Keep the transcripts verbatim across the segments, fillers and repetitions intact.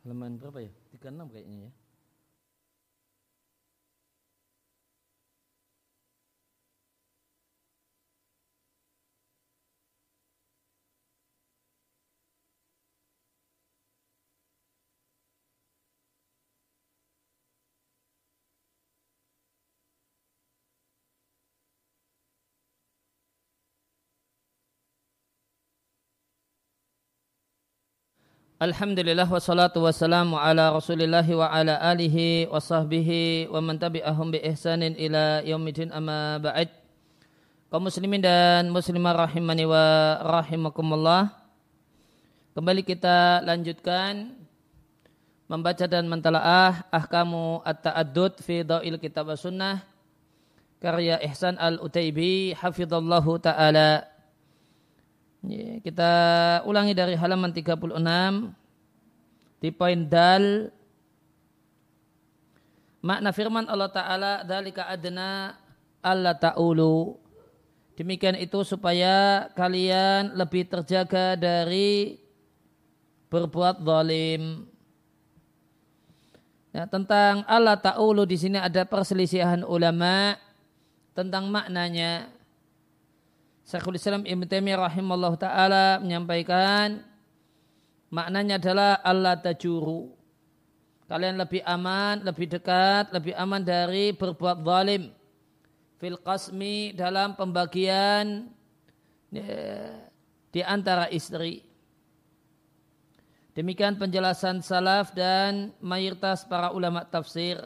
Halaman berapa ya? tiga puluh enam kayaknya ya. Alhamdulillah wassalatu wassalamu ala rasulillahi wa ala alihi wa sahbihi wa man tabi'ahum bi ihsanin ila yaumidin amma ba'd. Kaum muslimin dan muslimah rahimani wa rahimakumullah. Kembali kita lanjutkan membaca dan mentalaah ahkamu at-ta'addud fi dha'il kitab wa sunnah karya Ihsan al-Utaibi hafizallahu ta'ala. Kita ulangi dari halaman tiga puluh enam di poin dal. Makna firman Allah Ta'ala dzalika adna alla ta'ulu. Demikian itu supaya kalian lebih terjaga dari berbuat zalim. Ya, tentang alla ta'ulu di sini ada perselisihan ulama tentang maknanya. Syekhul Islam Ibnu Taimiyah rahimallahu taala menyampaikan maknanya adalah Allah tajuru. Kalian lebih aman, lebih dekat, lebih aman dari berbuat zalim. Fil qasmi dalam pembagian ya, di antara istri. Demikian penjelasan salaf dan mayoritas para ulama tafsir.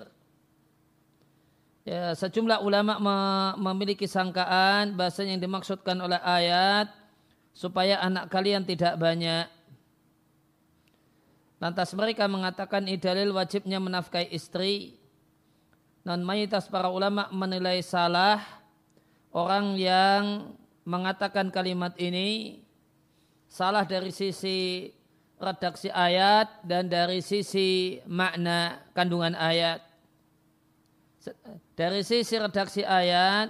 Ya, sejumlah ulama memiliki sangkaan bahasa yang dimaksudkan oleh ayat supaya anak kalian tidak banyak. Lantas mereka mengatakan ini dalil wajibnya menafkahi istri. Non mayoritas para ulama menilai salah orang yang mengatakan kalimat ini, salah dari sisi redaksi ayat dan dari sisi makna kandungan ayat. Dari sisi redaksi ayat,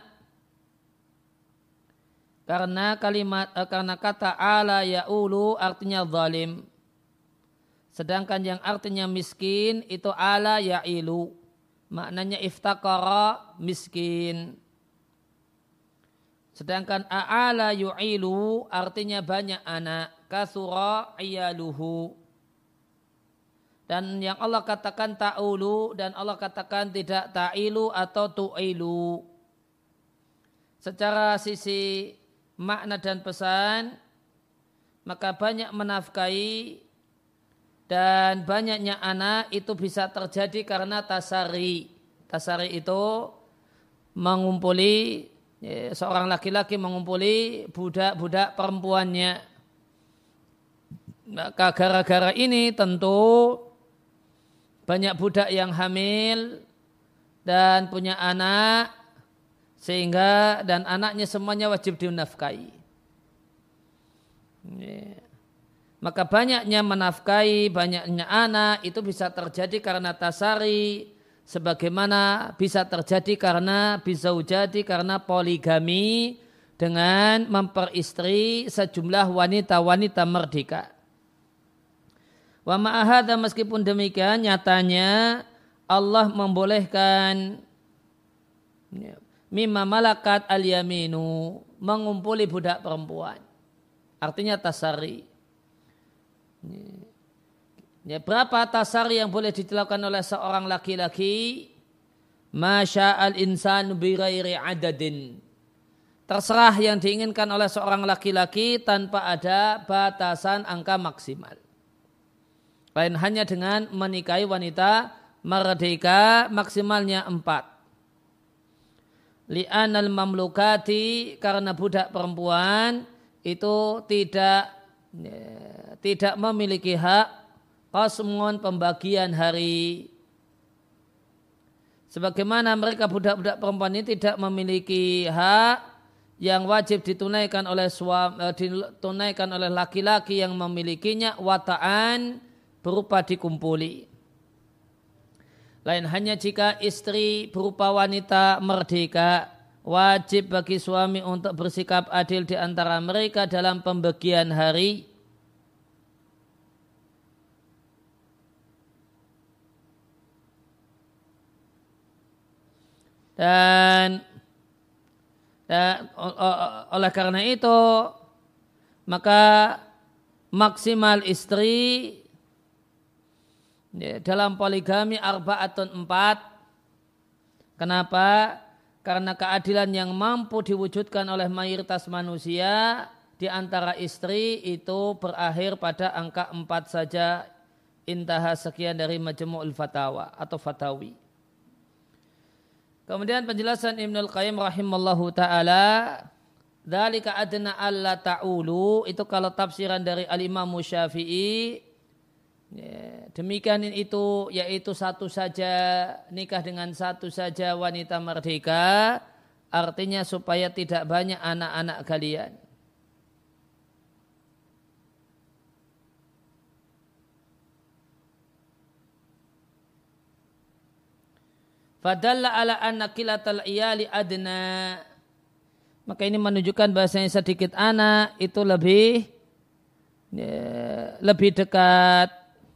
karena kalimat karena kata ala ya'ulu artinya zalim, sedangkan yang artinya miskin itu ala ya'ilu, maknanya iftaqara miskin. Sedangkan a'ala yu'ilu artinya banyak anak, kathura iyaluhu. Dan yang Allah katakan ta'ulu dan Allah katakan tidak ta'ilu atau tu'ilu. Secara sisi makna dan pesan, maka banyak menafkahi dan banyaknya anak itu bisa terjadi karena tasari. Tasari itu mengumpuli, ya, seorang laki-laki mengumpuli budak-budak perempuannya. Maka gara-gara ini tentu banyak budak yang hamil dan punya anak, sehingga dan anaknya semuanya wajib dinafkahi. Maka banyaknya menafkahi, banyaknya anak itu bisa terjadi karena tasari, sebagaimana bisa terjadi karena bisa jadi karena poligami dengan memperistri sejumlah wanita-wanita merdeka. Wa ma'ahada meskipun demikian nyatanya Allah membolehkan mimma malakat al-yaminu mengumpuli budak perempuan. Artinya tasari. Ya, berapa tasari yang boleh dilakukan oleh seorang laki-laki? Masya'al insanu bi ghairi adadin. Terserah yang diinginkan oleh seorang laki-laki tanpa ada batasan angka maksimal. Lain hanya dengan menikahi wanita merdeka maksimalnya empat. Li'anal mamlukati karena budak perempuan itu tidak ya, tidak memiliki hak qasmun pembagian hari. Sebagaimana mereka budak-budak perempuan ini tidak memiliki hak yang wajib ditunaikan oleh suami, ditunaikan oleh laki-laki yang memilikinya wata'an berupa dikumpuli. Lain hanya jika istri berupa wanita merdeka, wajib bagi suami untuk bersikap adil di antara mereka dalam pembagian hari. Dan, dan oleh karena itu maka maksimal istri ya, dalam poligami arba'atun empat. Kenapa? Karena keadilan yang mampu diwujudkan oleh mayoritas manusia di antara istri itu berakhir pada angka empat saja. Intaha sekian dari Majmu'ul Fatawa atau Fatawi. Kemudian penjelasan Ibnul Qayyim rahimallahu ta'ala, dzalika adna alla ta'ulu, itu kalau tafsiran dari Al-Imam Syafi'i, ya, demikian itu yaitu satu saja, nikah dengan satu saja wanita merdeka, artinya supaya tidak banyak anak-anak kalian. Fadalla ala anna qilatal iyali adna. Maka ini menunjukkan bahasanya sedikit anak itu lebih ya, lebih dekat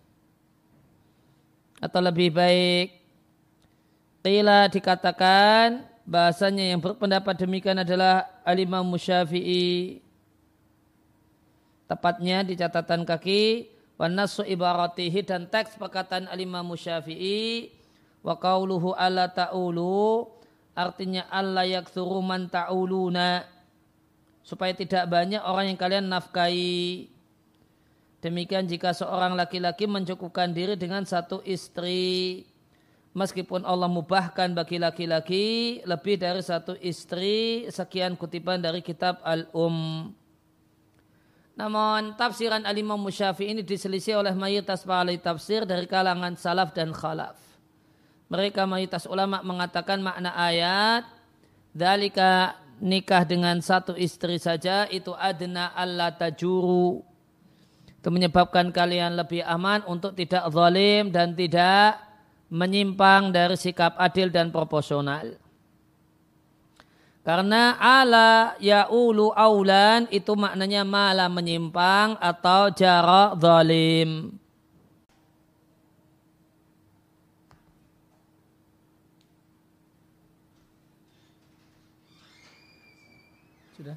atau lebih baik. Qila dikatakan bahasanya yang berpendapat demikian adalah Al-Imam Syafi'i. Tepatnya di catatan kaki wa nasu ibaratihi, dan teks perkataan Al-Imam Syafi'i wa qauluhu alla ta'ulu, artinya alla yaktsuru man ta'uluna, supaya tidak banyak orang yang kalian nafkahi. Demikian jika seorang laki-laki mencukupkan diri dengan satu istri, meskipun Allah mubahkan bagi laki-laki lebih dari satu istri. Sekian kutipan dari kitab Al-Um. Namun tafsiran Al-Imam Syafi'i ini diselisih oleh mayoritas para ahli tafsir dari kalangan salaf dan khalaf. Mereka mayoritas ulama mengatakan makna ayat dzalika, nikah dengan satu istri saja, itu adna alla tajuru, itu menyebabkan kalian lebih aman untuk tidak zalim dan tidak menyimpang dari sikap adil dan proporsional. Karena ala ya'ulu aulan itu maknanya malah menyimpang atau jara zalim. Sudah.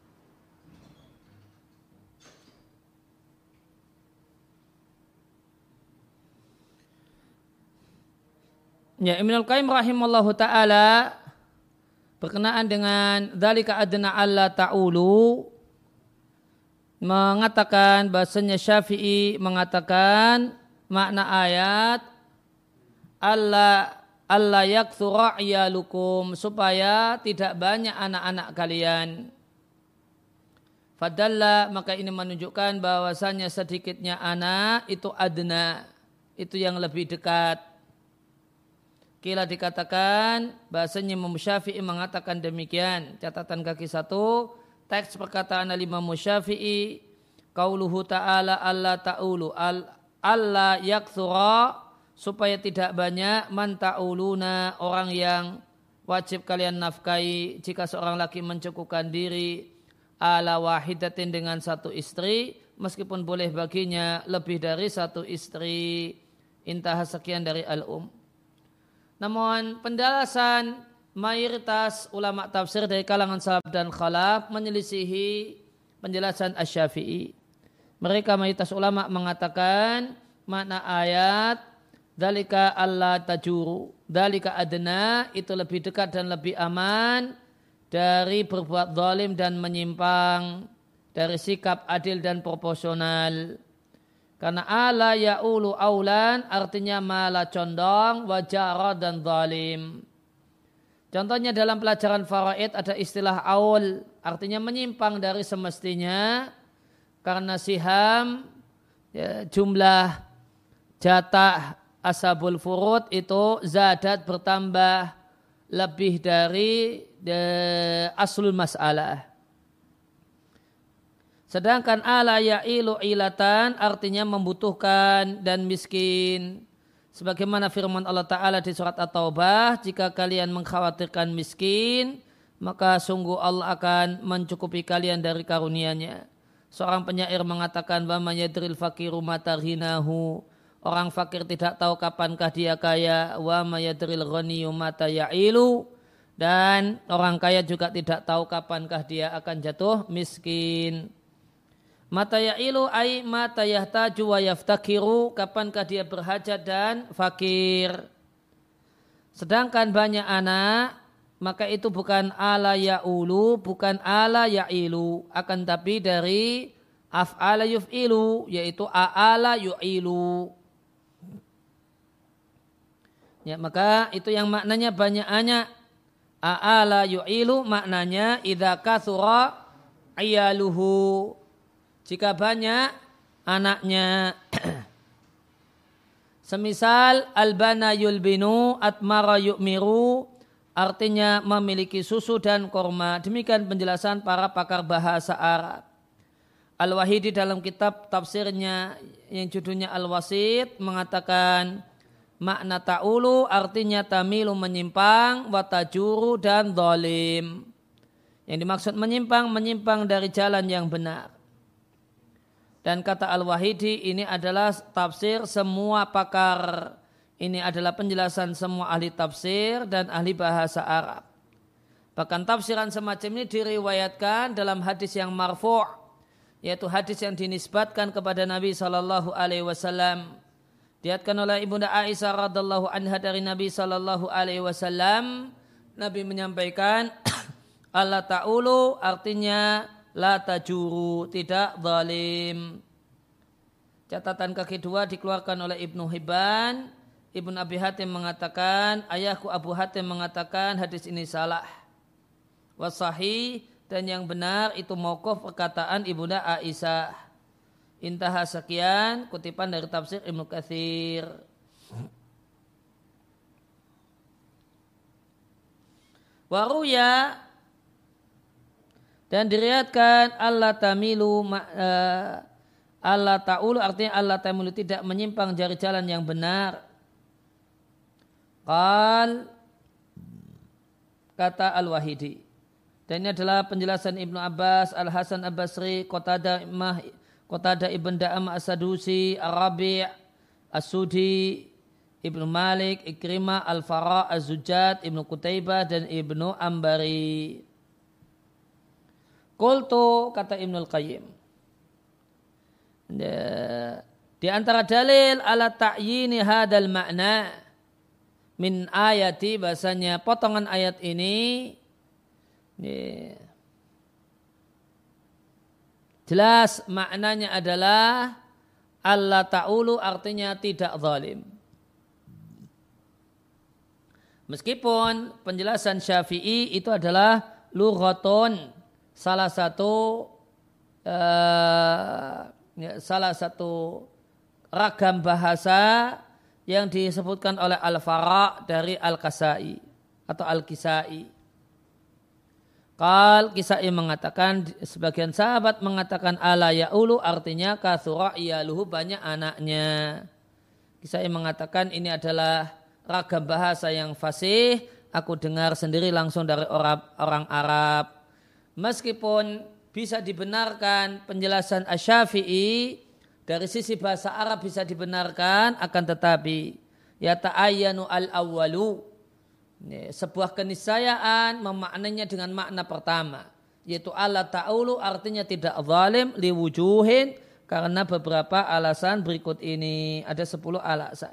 Ya, Ibnul Qayyim rahimallahu ta'ala berkenaan dengan dzalika adna alla ta'ulu mengatakan bahasanya Syafi'i mengatakan makna ayat alla alla yaktsura iyalukum, supaya tidak banyak anak-anak kalian. Fadalla, maka ini menunjukkan bahwasanya sedikitnya anak itu adna, itu yang lebih dekat. Kila dikatakan bahasanya Imam Syafi'i mengatakan demikian. Catatan kaki satu, teks perkataan Imam Syafi'i, qauluhu ta'ala alla ta'ulu al alla yaktsura, supaya tidak banyak man ta'uluna, orang yang wajib kalian nafkahi jika seorang laki mencukupkan diri ala wahidatin dengan satu istri, meskipun boleh baginya lebih dari satu istri. Intah sekian dari Al-Um. Namun penjelasan mayoritas ulama tafsir dari kalangan salaf dan khalaf menyelisihi penjelasan Asy-Syafi'i. Mereka mayoritas ulama mengatakan makna ayat dzalika alla tajuru, dzalika adna, itu lebih dekat dan lebih aman dari berbuat zalim dan menyimpang dari sikap adil dan proporsional. Karena ala ya'ulu aulan artinya malah condong, wajara dan zalim. Contohnya dalam pelajaran faraid ada istilah aul, artinya menyimpang dari semestinya karena siham, ya, jumlah jatah ashabul furud itu zadat bertambah lebih dari de, aslul mas'alah. Sedangkan ala ya'ilu ilatan artinya membutuhkan dan miskin. Sebagaimana firman Allah Ta'ala di surat At-Taubah, jika kalian mengkhawatirkan miskin, maka sungguh Allah akan mencukupi kalian dari karunia-Nya. Seorang penyair mengatakan, wa ma yadril faqiru mata ghinahu. Orang fakir tidak tahu kapankah dia kaya. Wa ma yadril ghaniyyu mata ya'ilu. Dan orang kaya juga tidak tahu kapankah dia akan jatuh miskin. Mata ya'ilu ay mata yahtaju wa yaftakiru, kapankah dia berhajat dan fakir. Sedangkan banyak anak, maka itu bukan ala ya'ulu, bukan ala ya'ilu, akan tapi dari af'ala yuf'ilu, yaitu a'ala yu'ilu. Ya, maka itu yang maknanya banyak anak. A'ala yu'ilu maknanya idza kathura ayaluhu, jika banyak anaknya. Semisal albana yulbinu atmara yu'miru, artinya memiliki susu dan korma. Demikian penjelasan para pakar bahasa Arab. Al-Wahidi dalam kitab tafsirnya yang judulnya Al-Wasit mengatakan makna ta'ulu artinya tamilu menyimpang, watajuru dan zalim. Yang dimaksud menyimpang, menyimpang dari jalan yang benar. Dan kata Al-Wahidi ini adalah tafsir semua pakar. Ini adalah penjelasan semua ahli tafsir dan ahli bahasa Arab. Bahkan tafsiran semacam ini diriwayatkan dalam hadis yang marfu', yaitu hadis yang dinisbatkan kepada Nabi shallallahu alaihi wasallam. Diriwayatkan oleh Ibunda Aisyah radhiallahu anha dari Nabi sallallahu alaihi wasallam, Nabi menyampaikan Allah ta'ulu artinya la tajuru, tidak zalim. Catatan kaki dua dikeluarkan oleh Ibnu Hibban. Ibnu Abi Hatim mengatakan, ayahku Abu Hatim mengatakan hadis ini salah. Wasahih, dan yang benar itu mauquf perkataan Ibunda Aisyah. Intaha, sekian kutipan dari tafsir Ibnu Katsir. Waruya, dan diriwayatkan Allah tamilu uh, Allah ta'ulu artinya Allah tamilu tidak menyimpang dari jalan yang benar. Qal, kata Al-Wahidi. Dan ini adalah penjelasan Ibnu Abbas, Al-Hasan Al-Basri, Qatadah Imah Qatadah Ibn Da'am As-Sadusi, Ar-Rabi' As-Sudi, Ibnu Malik, Ikrimah, Al-Fara, Az-Zujad, Ibnu Qutaibah, dan Ibnu Ambari. Qultu, kata Ibnu Al-Qayyim. Di antara dalil ala ta'yini hadal makna min ayati, bahasanya potongan ayat ini, ini jelas maknanya adalah Allah ta'ulu artinya tidak zalim. Meskipun penjelasan Syafi'i itu adalah lughatun, salah satu uh, ya, salah satu ragam bahasa yang disebutkan oleh Al-Fara dari Al-Kasai atau Al-Kisai. Qal, Kisai mengatakan, sebagian sahabat mengatakan ala ya'ulu artinya kathura iyaluhu, banyak anaknya. Kisai mengatakan ini adalah ragam bahasa yang fasih, aku dengar sendiri langsung dari orang, orang Arab. Meskipun bisa dibenarkan penjelasan Asy-Syafi'i dari sisi bahasa Arab bisa dibenarkan, akan tetapi ya ta'ayyanu al-awwalu, sebuah keniscayaan memaknainya dengan makna pertama, yaitu Allah ta'ulu artinya tidak zalim liwujuhin, karena beberapa alasan berikut ini. Ada sepuluh alasan.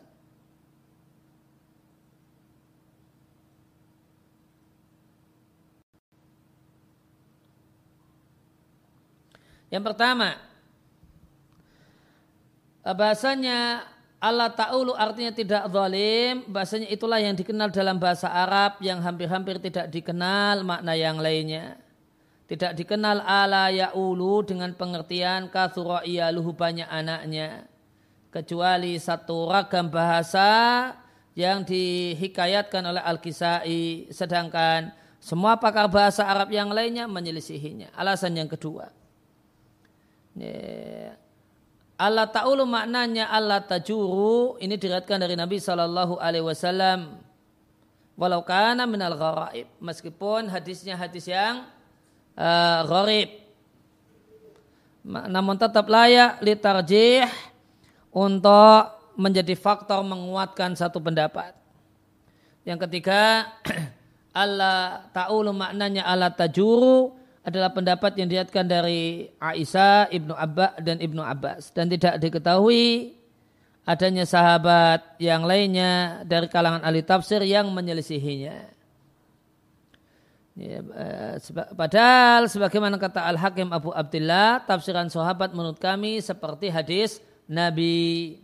Yang pertama, bahasanya Allah ta'ulu artinya tidak zalim, bahasanya itulah yang dikenal dalam bahasa Arab yang hampir-hampir tidak dikenal makna yang lainnya. Tidak dikenal ala ya'ulu dengan pengertian kathura iyaluhu, banyak anaknya. Kecuali satu ragam bahasa yang dihikayatkan oleh Al-Kisai, sedangkan semua pakar bahasa Arab yang lainnya menyelisihinya. Alasan yang kedua, Allah ta'ulu maknanya Allah tajuru, ini diriwayatkan dari Nabi shallallahu alaihi wasallam. Walau kana minal gharaib, meskipun hadisnya hadis yang uh, gharib, namun tetap layak litarjih, untuk menjadi faktor menguatkan satu pendapat. Yang ketiga, alla ta'ulu maknanya alla tajuru adalah pendapat yang diriwayatkan dari Aisyah, Ibnu Abbas dan Ibnu Abbas, dan tidak diketahui adanya sahabat yang lainnya dari kalangan ahli tafsir yang menyelisihinya. Ya, padahal sebagaimana kata Al-Hakim Abu Abdillah, tafsiran sahabat menurut kami seperti hadis Nabi.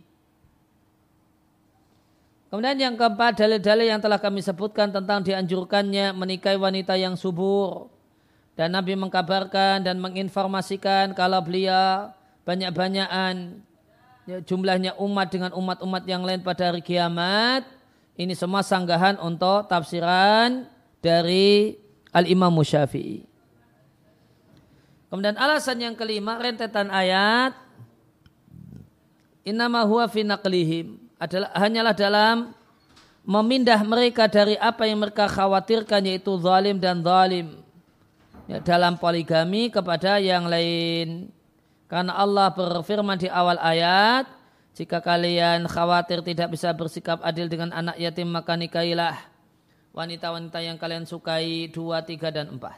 Kemudian yang keempat, dalil-dalil yang telah kami sebutkan tentang dianjurkannya menikahi wanita yang subur. Dan Nabi mengkabarkan dan menginformasikan kalau beliau banyak-banyakan ya, jumlahnya umat dengan umat-umat yang lain pada hari kiamat. Ini semua sanggahan untuk tafsiran dari Al-Imam Syafi'i. Kemudian alasan yang kelima, rentetan ayat innama huwa fi naqlihim adalah hanyalah dalam memindah mereka dari apa yang mereka khawatirkan, yaitu zalim dan zalim ya, dalam poligami kepada yang lain. Karena Allah berfirman di awal ayat, jika kalian khawatir tidak bisa bersikap adil dengan anak yatim, maka nikahilah wanita-wanita yang kalian sukai, dua, tiga, dan empat.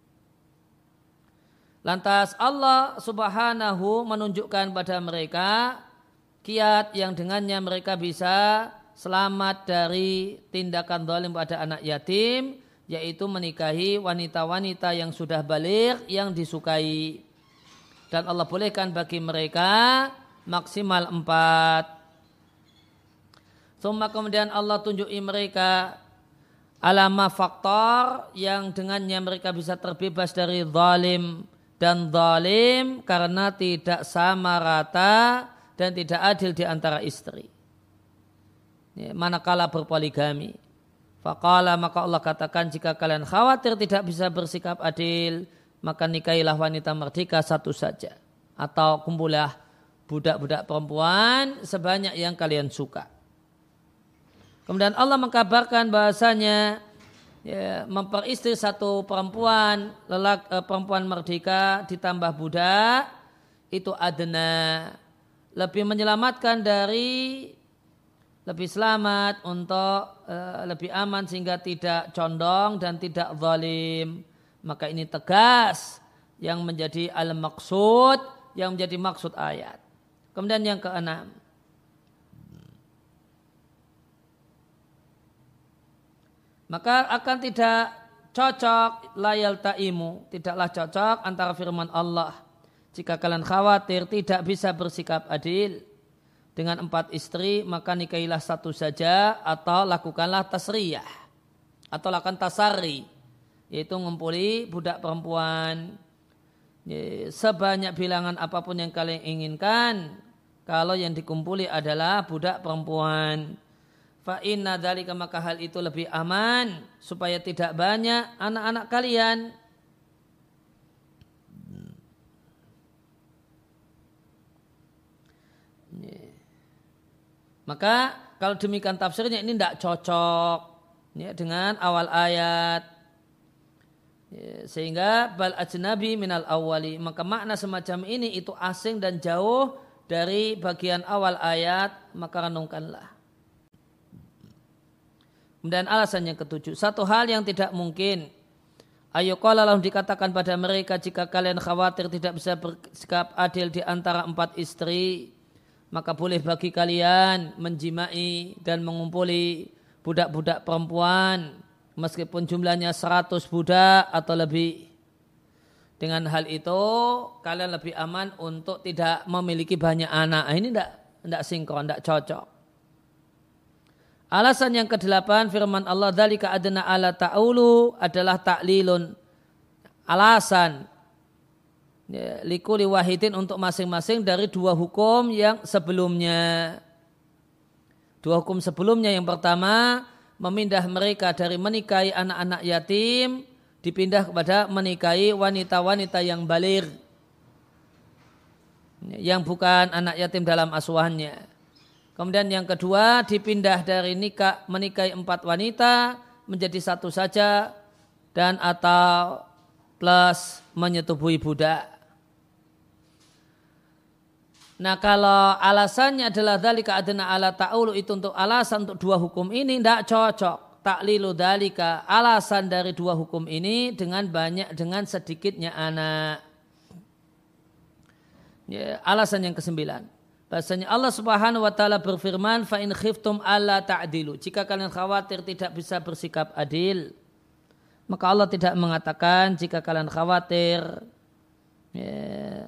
Lantas Allah subhanahu menunjukkan pada mereka kiat yang dengannya mereka bisa selamat dari tindakan zalim pada anak yatim, yaitu menikahi wanita-wanita yang sudah baligh yang disukai. Dan Allah bolehkan bagi mereka maksimal empat. Summa kemudian Allah tunjuki mereka alama faktor yang dengannya mereka bisa terbebas dari zalim dan zalim karena tidak sama rata dan tidak adil di antara istri. Ya, manakala berpoligami. Faqala maka Allah katakan, jika kalian khawatir tidak bisa bersikap adil, maka nikahilah wanita merdeka satu saja. Atau kumpulah budak-budak perempuan sebanyak yang kalian suka. Kemudian Allah mengkabarkan bahasanya ya, memperistri satu perempuan, lelak, eh, perempuan merdeka ditambah budak, itu adna, lebih menyelamatkan dari, lebih selamat untuk uh, lebih aman sehingga tidak condong dan tidak zalim. Maka ini tegas yang menjadi al-maqsud, yang menjadi maksud ayat. Kemudian yang keenam, maka akan tidak cocok layal ta'imu, tidaklah cocok antara firman Allah, jika kalian khawatir tidak bisa bersikap adil dengan empat istri, maka nikahilah satu saja atau lakukanlah tasriyah atau lakukan tasari, yaitu ngumpuli budak perempuan sebanyak bilangan apapun yang kalian inginkan kalau yang dikumpuli adalah budak perempuan. Fa inna dzalika, maka hal itu lebih aman supaya tidak banyak anak-anak kalian. Maka kalau demikian tafsirnya ini tidak cocok ya, dengan awal ayat ya, sehingga bal ajnabi minal awwali, maka makna semacam ini itu asing dan jauh dari bagian awal ayat, maka renungkanlah. Kemudian alasan yang ketujuh, satu hal yang tidak mungkin ayo qala lahum, dikatakan pada mereka, jika kalian khawatir tidak bisa bersikap adil di antara empat istri, maka boleh bagi kalian menjimai dan mengumpuli budak-budak perempuan meskipun jumlahnya seratus budak atau lebih. Dengan hal itu kalian lebih aman untuk tidak memiliki banyak anak. Ini tidak tidak sinkron, tidak cocok. Alasan yang kedelapan, firman Allah, dzalika adna ala ta'ulu, adalah taklilun, alasan ya, likuli wahidin, untuk masing-masing dari dua hukum yang sebelumnya. Dua hukum sebelumnya, yang pertama memindah mereka dari menikahi anak-anak yatim, dipindah kepada menikahi wanita-wanita yang baligh, yang bukan anak yatim dalam asuhannya. Kemudian yang kedua, dipindah dari nikah menikahi empat wanita menjadi satu saja, dan atau plus menyetubuhi budak. Nah, kalau alasannya adalah dzalika adna ala ta'ulu, itu untuk alasan untuk dua hukum ini tidak cocok. ta'lilu dalika, alasan dari dua hukum ini dengan banyak dengan sedikitnya anak. Ya, alasan yang kesembilan. Bahasanya Allah Subhanahu wa taala berfirman, fa in khiftum alla ta'dilu. Jika kalian khawatir tidak bisa bersikap adil, maka Allah tidak mengatakan jika kalian khawatir ya,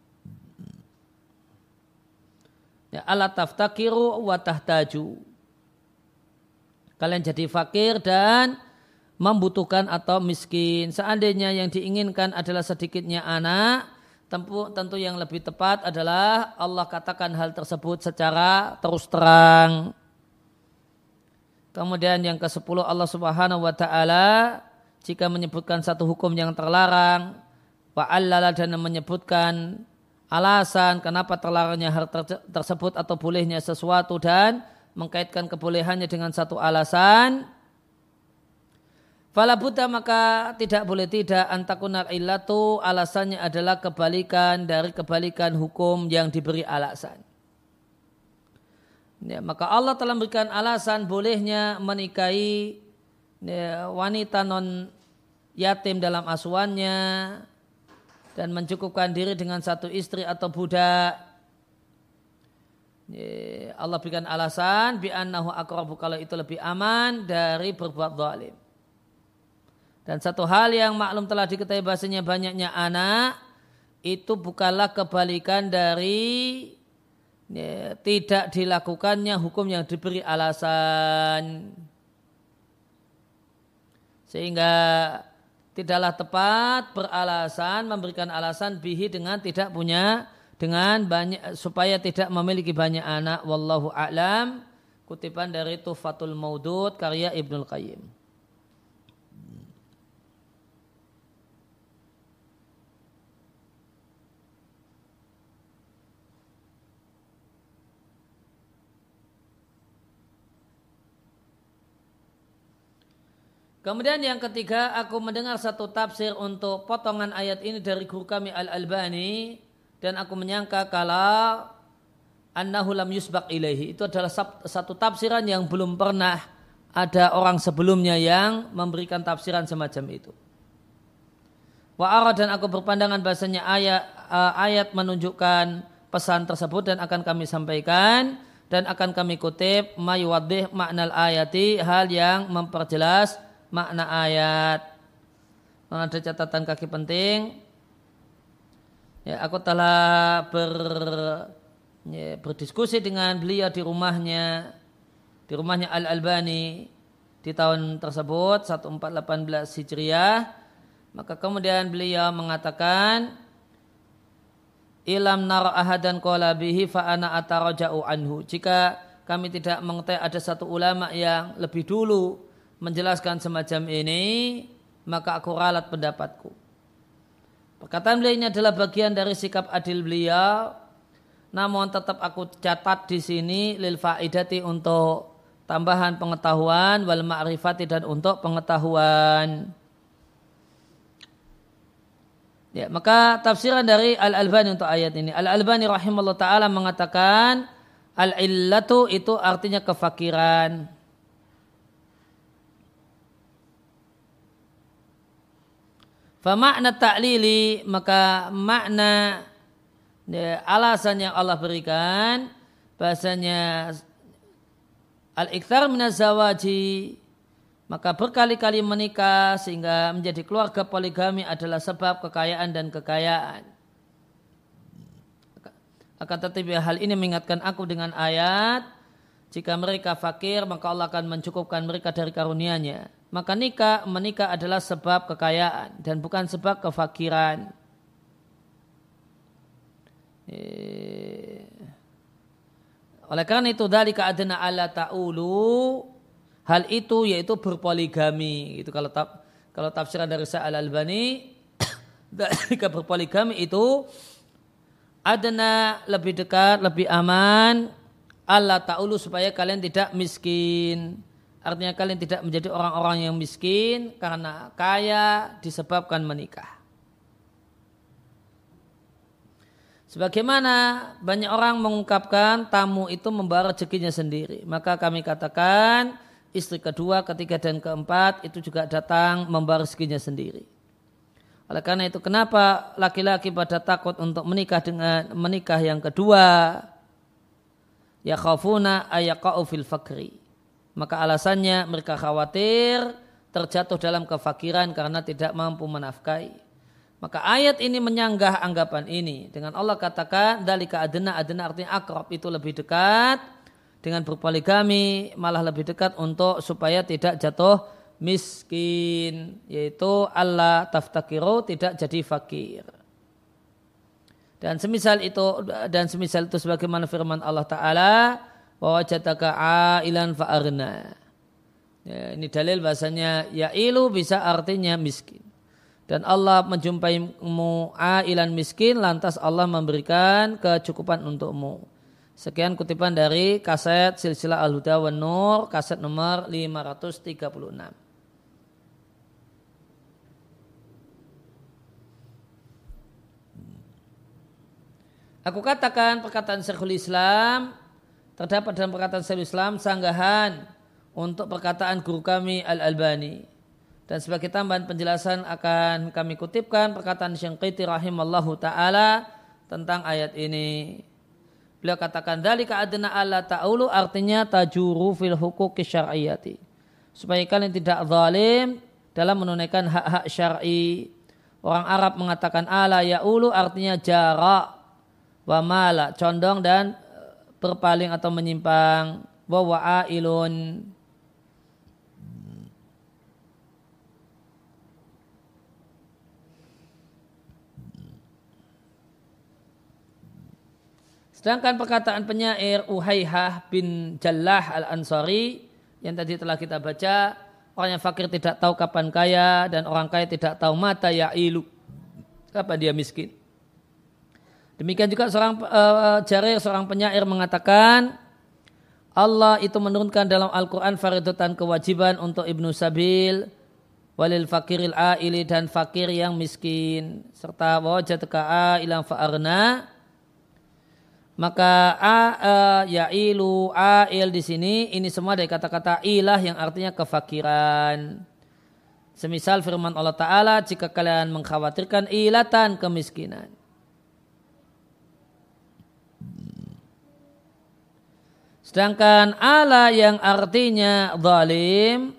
ya alla taftakiru wa tahtaju. Kalian jadi fakir dan membutuhkan atau miskin. Seandainya yang diinginkan adalah sedikitnya anak, tentu, tentu yang lebih tepat adalah Allah katakan hal tersebut secara terus terang. Kemudian yang kesepuluh, Allah Subhanahu wa taala jika menyebutkan satu hukum yang terlarang, wa'allala, dan menyebutkan alasan kenapa terlarangnya hal tersebut atau bolehnya sesuatu dan mengkaitkan kebolehannya dengan satu alasan, fala budda, maka tidak boleh tidak antakunal illatu, alasannya adalah kebalikan dari kebalikan hukum yang diberi alasan. Ya, maka Allah telah memberikan alasan bolehnya menikahi ya, wanita non yatim dalam asuhannya dan mencukupkan diri dengan satu istri atau budak. Allah berikan alasan bi'annahu aqrabu, kalau itu lebih aman dari berbuat zalim. Dan satu hal yang maklum telah diketahui bahasanya banyaknya anak itu bukanlah kebalikan dari ya, tidak dilakukannya hukum yang diberi alasan. Sehingga tidaklah tepat beralasan, memberikan alasan bihi dengan tidak punya, dengan banyak, supaya tidak memiliki banyak anak. Wallahu a'lam. Kutipan dari Tuhfatul Maudud karya Ibnul Qayyim. Kemudian yang ketiga, aku mendengar satu tafsir untuk potongan ayat ini dari guru kami Al-Albani, dan aku menyangka kalau annahu lam yusbaq ilaihi, itu adalah satu tafsiran yang belum pernah ada orang sebelumnya yang memberikan tafsiran semacam itu. Wa ara, dan aku berpandangan bahasanya ayat ayat menunjukkan pesan tersebut dan akan kami sampaikan dan akan kami kutip ma yuwaddih maknal ayati, hal yang memperjelas makna ayat. Ada catatan kaki penting. Ya, aku telah ber, ya, berdiskusi dengan beliau di rumahnya, di rumahnya Al-Albani di tahun tersebut seribu empat ratus delapan belas Hijriah. Maka kemudian beliau mengatakan, ilam nara ahadan qala bihi fa ana ataraja'u anhu. Jika kami tidak mengetahui ada satu ulama yang lebih dulu menjelaskan semacam ini, maka aku ralat pendapatku. Perkataan beliau ini adalah bagian dari sikap adil beliau, namun tetap aku catat di sini lil faidati, untuk tambahan pengetahuan, wal ma'rifati, dan untuk pengetahuan. Ya, maka tafsiran dari Al-Albani untuk ayat ini, Al-Albani rahimahullah ta'ala mengatakan al-illatu itu artinya kefakiran. Fa makna ta'lili, maka makna ya, alasan yang Allah berikan bahasanya al-ikthar minaz zawaji, maka berkali-kali menikah sehingga menjadi keluarga poligami adalah sebab kekayaan dan kekayaan. Akan tetapi hal ini mengingatkan aku dengan ayat, jika mereka fakir maka Allah akan mencukupkan mereka dari karunia-Nya. Maka nikah, menikah adalah sebab kekayaan dan bukan sebab kefakiran. Oleh karena itu, dzalika adna alla ta'ulu, hal itu yaitu berpoligami. Itu kalau taf, kalau tafsiran dari Syekh Al-Albani, dzalika berpoligami itu adna, lebih dekat, lebih aman, alla ta'ulu, supaya kalian tidak miskin. Artinya kalian tidak menjadi orang-orang yang miskin karena kaya disebabkan menikah. Sebagaimana banyak orang mengungkapkan tamu itu membawa rezekinya sendiri, maka kami katakan istri kedua, ketiga dan keempat itu juga datang membawa rezekinya sendiri. Oleh karena itu kenapa laki-laki pada takut untuk menikah dengan menikah yang kedua? Ya khafuna ayaqa'u fil fakri. Maka alasannya mereka khawatir terjatuh dalam kefakiran karena tidak mampu menafkahi. Maka ayat ini menyanggah anggapan ini. Dengan Allah katakan dalika adna, adna artinya akrab, itu lebih dekat dengan berpoligami, malah lebih dekat untuk supaya tidak jatuh miskin, yaitu Allah taftakiru, tidak jadi fakir. Dan semisal itu dan semisal itu sebagaimana firman Allah Ta'ala, wa wajadaka ailan fa'arna. Ya, ini dalil bahasanya ya'ilu bisa artinya miskin. Dan Allah menjumpaimu ailan miskin, lantas Allah memberikan kecukupan untukmu. Sekian kutipan dari kaset Silsilah Al-Huda wan Nur, kaset nomor lima ratus tiga puluh enam. Aku katakan perkataan Syekhul Islam, terdapat dalam perkataan Syekhul Islam sanggahan untuk perkataan guru kami Al-Albani. Dan sebagai tambahan penjelasan akan kami kutipkan perkataan Syinqiti rahimallahu ta'ala tentang ayat ini. Beliau katakan, dzalika adna alla ta'ulu, artinya tajuru fil huquqi syar'iyyati. Supaya kalian tidak zalim dalam menunaikan hak-hak syar'i. Orang Arab mengatakan ala ya'ulu artinya jara' wa mala, condong dan berpaling atau menyimpang, wa wa'ailun. Sedangkan perkataan penyair Uhaihah bin Jallah al-Ansari yang tadi telah kita baca, orang yang fakir tidak tahu kapan kaya dan orang kaya tidak tahu mata ya'ilu, kapan dia miskin. Demikian juga seorang uh, Jarir, seorang penyair mengatakan, Allah itu menurunkan dalam Al-Quran faridatan kewajiban untuk Ibnu Sabil, walil fakiril a'ili, dan fakir yang miskin, serta wajadka a'ilan fa'arna. Maka a, uh, ya'ilu, a'il di sini, ini semua dari kata-kata ilah yang artinya kefakiran. Semisal firman Allah Ta'ala, jika kalian mengkhawatirkan ilatan, kemiskinan. Sedangkan ala yang artinya zalim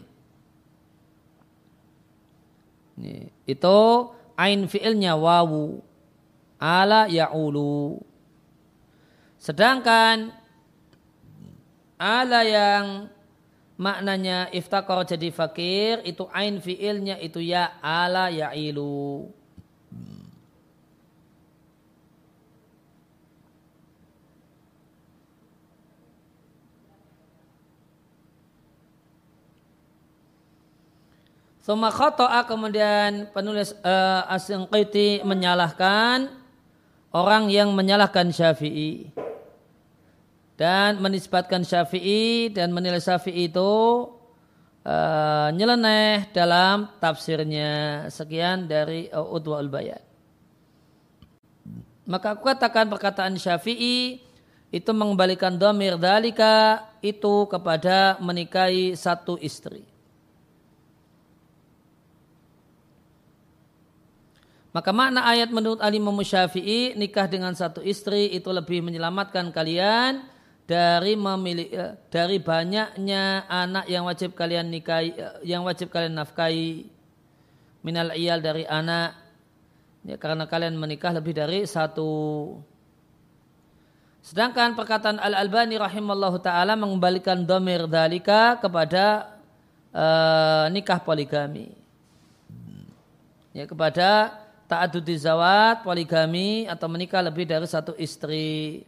itu ain fi'ilnya wawu, ala ya'ulu. Sedangkan ala yang maknanya iftaqar jadi fakir itu ain fi'ilnya itu ya ala ya'ilu. Tsumma khata'a, kemudian penulis uh, As-Sinqiti menyalahkan orang yang menyalahkan Syafi'i dan menisbatkan Syafi'i dan menilai Syafi'i itu uh, nyeleneh dalam tafsirnya. Sekian dari uh, Udwaul Bayan. Maka aku katakan perkataan Syafi'i itu mengembalikan dhamir dzalika itu kepada menikahi satu istri. Maka makna ayat menurut Al-Imam Syafi'i, nikah dengan satu istri itu lebih menyelamatkan kalian dari memilih, dari banyaknya anak yang wajib kalian nikahi, yang wajib kalian nafkahi, minal iyal, dari anak, ya, karena kalian menikah lebih dari satu. Sedangkan perkataan Al-Albani rahimallahu ta'ala mengembalikan dhamir dzalika kepada uh, nikah poligami, ya, kepada ta'addudi zawat, poligami, atau menikah lebih dari satu istri.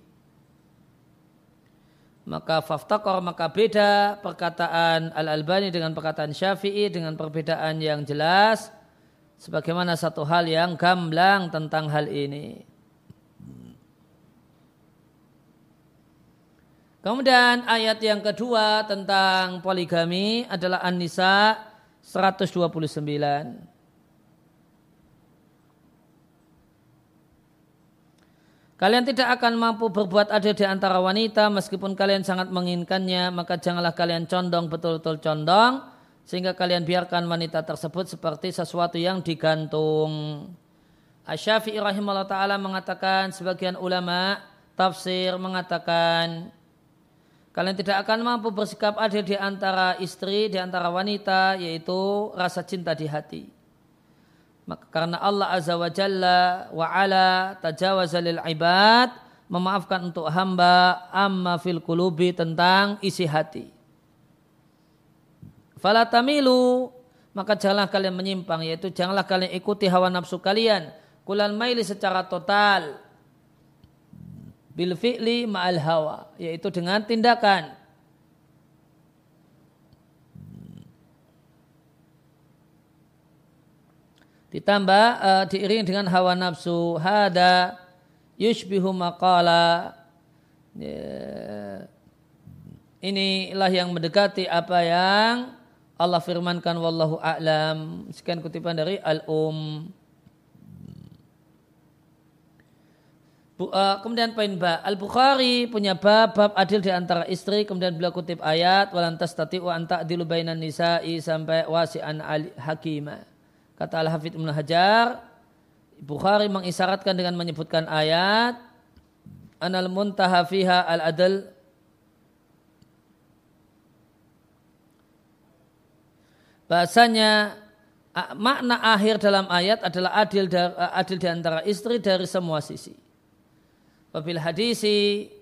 Maka faftaqar, maka beda perkataan Al-Albani dengan perkataan Syafi'i dengan perbedaan yang jelas, sebagaimana satu hal yang gamblang tentang hal ini. Kemudian ayat yang kedua tentang poligami adalah An-Nisa seratus dua puluh sembilan. Kalian tidak akan mampu berbuat adil di antara wanita meskipun kalian sangat menginginkannya, maka janganlah kalian condong betul-betul condong sehingga kalian biarkan wanita tersebut seperti sesuatu yang digantung. Asy-Syafi'i rahimahullah ta'ala mengatakan, sebagian ulama tafsir mengatakan kalian tidak akan mampu bersikap adil di antara istri, di antara wanita, yaitu rasa cinta di hati. Maka karena Allah Azza wa Jalla wa ala tajawaza lil ibad, memaafkan untuk hamba amma fil qulubi, tentang isi hati. Fala tamilu, maka janganlah kalian menyimpang, yaitu janganlah kalian ikuti hawa nafsu kalian, kulal maili secara total, bil fi'li ma'al hawa, yaitu dengan tindakan. Ditambah uh, diiringi dengan hawa nafsu. Hada yushbihu maqala, ya, inilah yang mendekati apa yang Allah firmankan, wallahu a'lam. Sekian kutipan dari Al-Um. Kemudian poin ba, Al-Bukhari punya bab bab adil di antara istri, kemudian beliau kutip ayat walan tastati'u an ta'dilu bainan nisa'i sampai wasi'an hakimah. Kata Al-Hafidz Ibnu Hajar, Bukhari mengisyaratkan dengan menyebutkan ayat anal muntaha fiha al-adl, bahasanya makna akhir dalam ayat adalah adil adil di antara istri dari semua sisi. Wabil hadisi,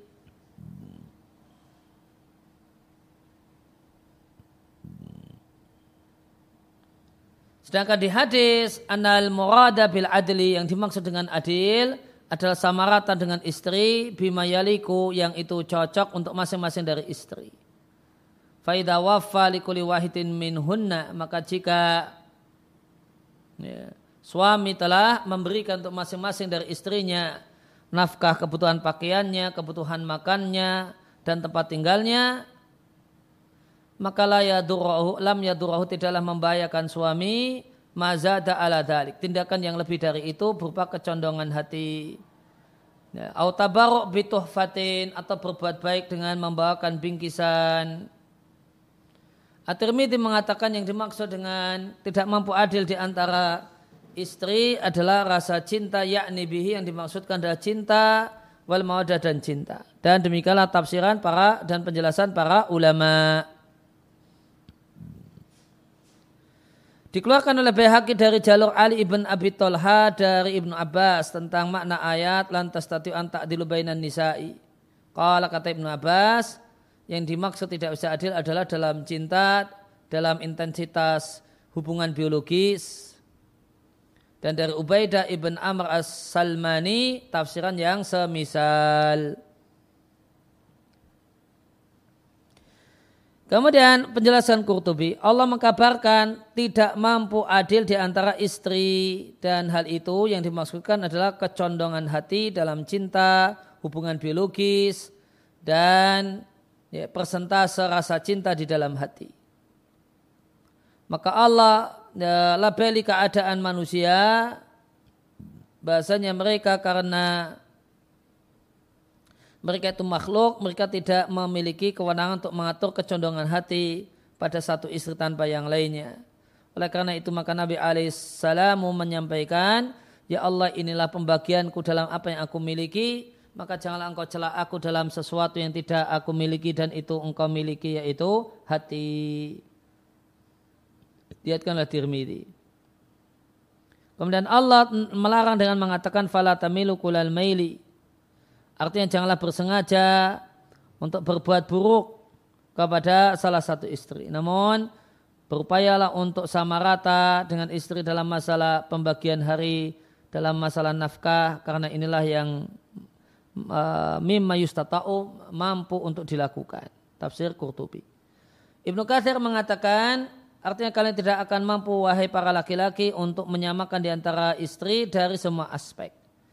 sedangkan di hadis anal murada bil adli, yang dimaksud dengan adil adalah samaratan dengan istri bima yaliku, yang itu cocok untuk masing-masing dari istri. Fa idza waffa likulli wahidin minhunna, maka jika ya, suami telah memberikan untuk masing-masing dari istrinya nafkah kebutuhan pakaiannya, kebutuhan makannya, dan tempat tinggalnya, maka la yadurrahu, lam yadurrahu, tidaklah membahayakan suami mazada ala dhalik, tindakan yang lebih dari itu berupa kecondongan hati. Ya, au tabarruk bituhfatin, atau berbuat baik dengan membawakan bingkisan. At-Tirmidzi mengatakan yang dimaksud dengan tidak mampu adil di antara istri adalah rasa cinta, yakni bihi, yang dimaksudkan adalah cinta wal mawaddah, dan cinta. Dan demikianlah tafsiran para dan penjelasan para ulama. Dikeluarkan oleh Baihaqi dari jalur Ali ibn Abi Thalha dari Ibnu Abbas tentang makna ayat lan tastati'u an ta'dilu bainan nisa'i. Qala, kata Ibnu Abbas, yang dimaksud tidak bisa adil adalah dalam cinta, dalam intensitas hubungan biologis. Dan dari Ubaidah ibn Amr as-Salmani tafsiran yang semisal. Kemudian penjelasan Qurtubi, Allah mengkabarkan tidak mampu adil di antara istri, dan hal itu yang dimaksudkan adalah kecondongan hati dalam cinta, hubungan biologis, dan ya, persentase rasa cinta di dalam hati. Maka Allah ya, labeli keadaan manusia bahasanya mereka karena mereka itu makhluk, mereka tidak memiliki kewenangan untuk mengatur kecondongan hati pada satu istri tanpa yang lainnya. Oleh karena itu maka Nabi alaihissalam menyampaikan, ya Allah, inilah pembagianku dalam apa yang aku miliki, maka janganlah engkau cela aku dalam sesuatu yang tidak aku miliki dan itu engkau miliki, yaitu hati. Diriwayatkan oleh Tirmidzi. Kemudian Allah melarang dengan mengatakan fala tamilu kulal maili. Artinya janganlah bersengaja untuk berbuat buruk kepada salah satu istri. Namun berupayalah untuk sama rata dengan istri dalam masalah pembagian hari, dalam masalah nafkah, karena inilah yang uh, mimma yustata'u, mampu untuk dilakukan. Tafsir Qurtubi. Ibnu Katsir mengatakan, artinya kalian tidak akan mampu wahai para laki-laki untuk menyamakan di antara istri dari semua aspek.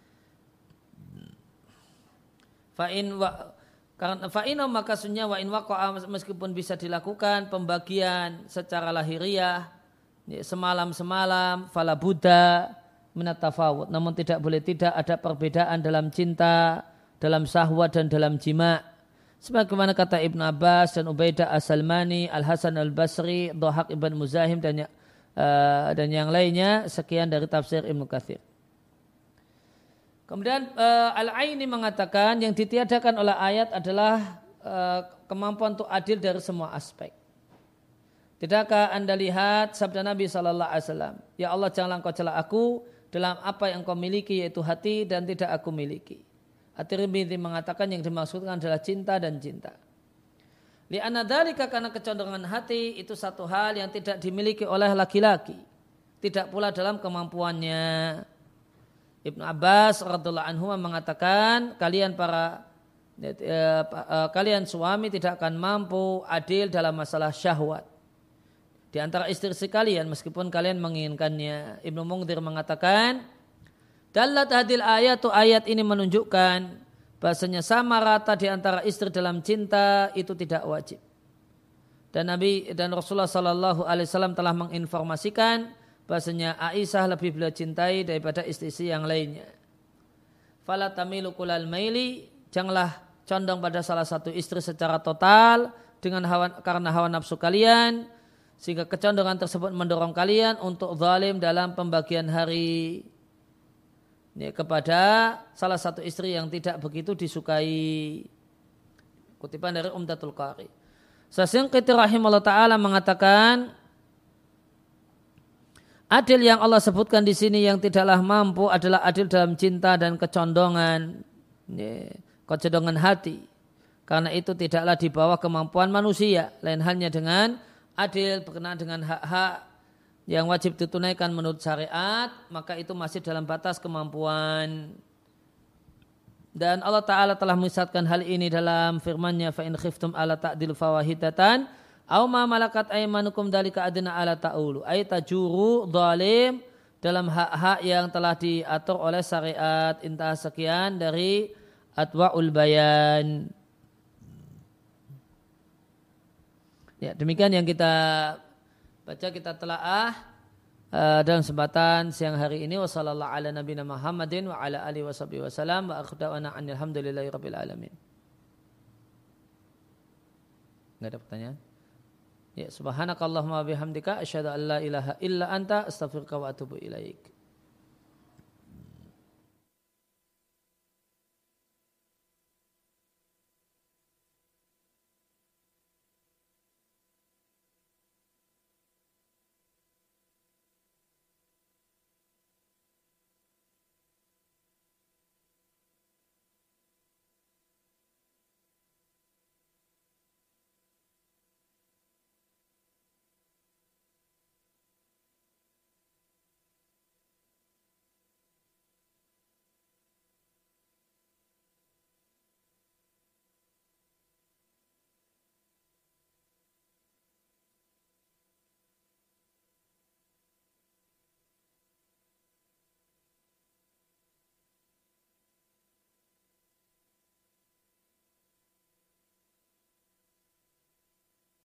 Fa'in wa karena fa'inau maka sunya wa in waqa'a, meskipun bisa dilakukan pembagian secara lahiriah semalam-semalam, fala buddha, minat tafawud. Namun tidak boleh tidak ada perbedaan dalam cinta, dalam syahwat dan dalam jima'. Sebagaimana kata Ibn Abbas dan Ubaidah As-Salmani, Al-Hasan Al-Basri, Dhahak Ibn Muzahim dan, uh, dan yang lainnya. Sekian dari tafsir Ibn Katsir. Kemudian uh, Al-Aini mengatakan yang ditiadakan oleh ayat adalah uh, kemampuan untuk adil dari semua aspek. Tidakkah Anda lihat sabda Nabi Sallallahu Alaihi Wasallam, ya Allah janganlah engkau cela aku dalam apa yang kau miliki yaitu hati dan tidak aku miliki. At-Tirmidzi mengatakan yang dimaksudkan adalah cinta dan cinta. Li'anna dzalika karena kecondongan hati itu satu hal yang tidak dimiliki oleh laki-laki, tidak pula dalam kemampuannya. Ibnu Abbas radhiyallahu anhu mengatakan kalian para eh, eh, kalian suami tidak akan mampu adil dalam masalah syahwat di antara istri-istri kalian meskipun kalian menginginkannya. Ibnu Mungdzir mengatakan, dallat hadil ayatu ayat ini menunjukkan bahasanya sama rata di antara istri dalam cinta itu tidak wajib. Dan Nabi dan Rasulullah sallallahu alaihi wasallam telah menginformasikan bahasanya Aisyah lebih beliau cintai daripada istri-istri yang lainnya. Fala tamilu kulal maili, janganlah condong pada salah satu istri secara total dengan hawa, karena hawa nafsu kalian, sehingga kecondongan tersebut mendorong kalian untuk zalim dalam pembagian hari ini kepada salah satu istri yang tidak begitu disukai. Kutipan dari Umdatul Qari. Syafi'i rahimahullah ta'ala mengatakan, adil yang Allah sebutkan di sini yang tidaklah mampu adalah adil dalam cinta dan kecondongan, ini, kecondongan hati. Karena itu tidaklah di bawah kemampuan manusia, lain halnya dengan adil berkenaan dengan hak-hak yang wajib ditunaikan menurut syariat, maka itu masih dalam batas kemampuan. Dan Allah Ta'ala telah mengisyaratkan hal ini dalam firman-Nya, fa in khiftum ala ta'dilu fawahidatan aw ma malakat aymanukum dalika adna ala ta'ulu, ay tajuru zalim dalam hak-hak yang telah diatur oleh syariat. Intah sekian dari Adwa'ul Bayan. Ya, demikian yang kita baca, kita telaah uh, dalam kesempatan siang hari ini. Wassallallahu ala nabiyina Muhammadin wa ala alihi washabihi wasallam wa akhiru da'wana alhamdulillahi rabbil alamin. Enggak ada pertanyaan? Ya, subhanakallahumma wa bihamdika asyhadu an la ilaha illa anta astaghfiruka wa atubu ilaik.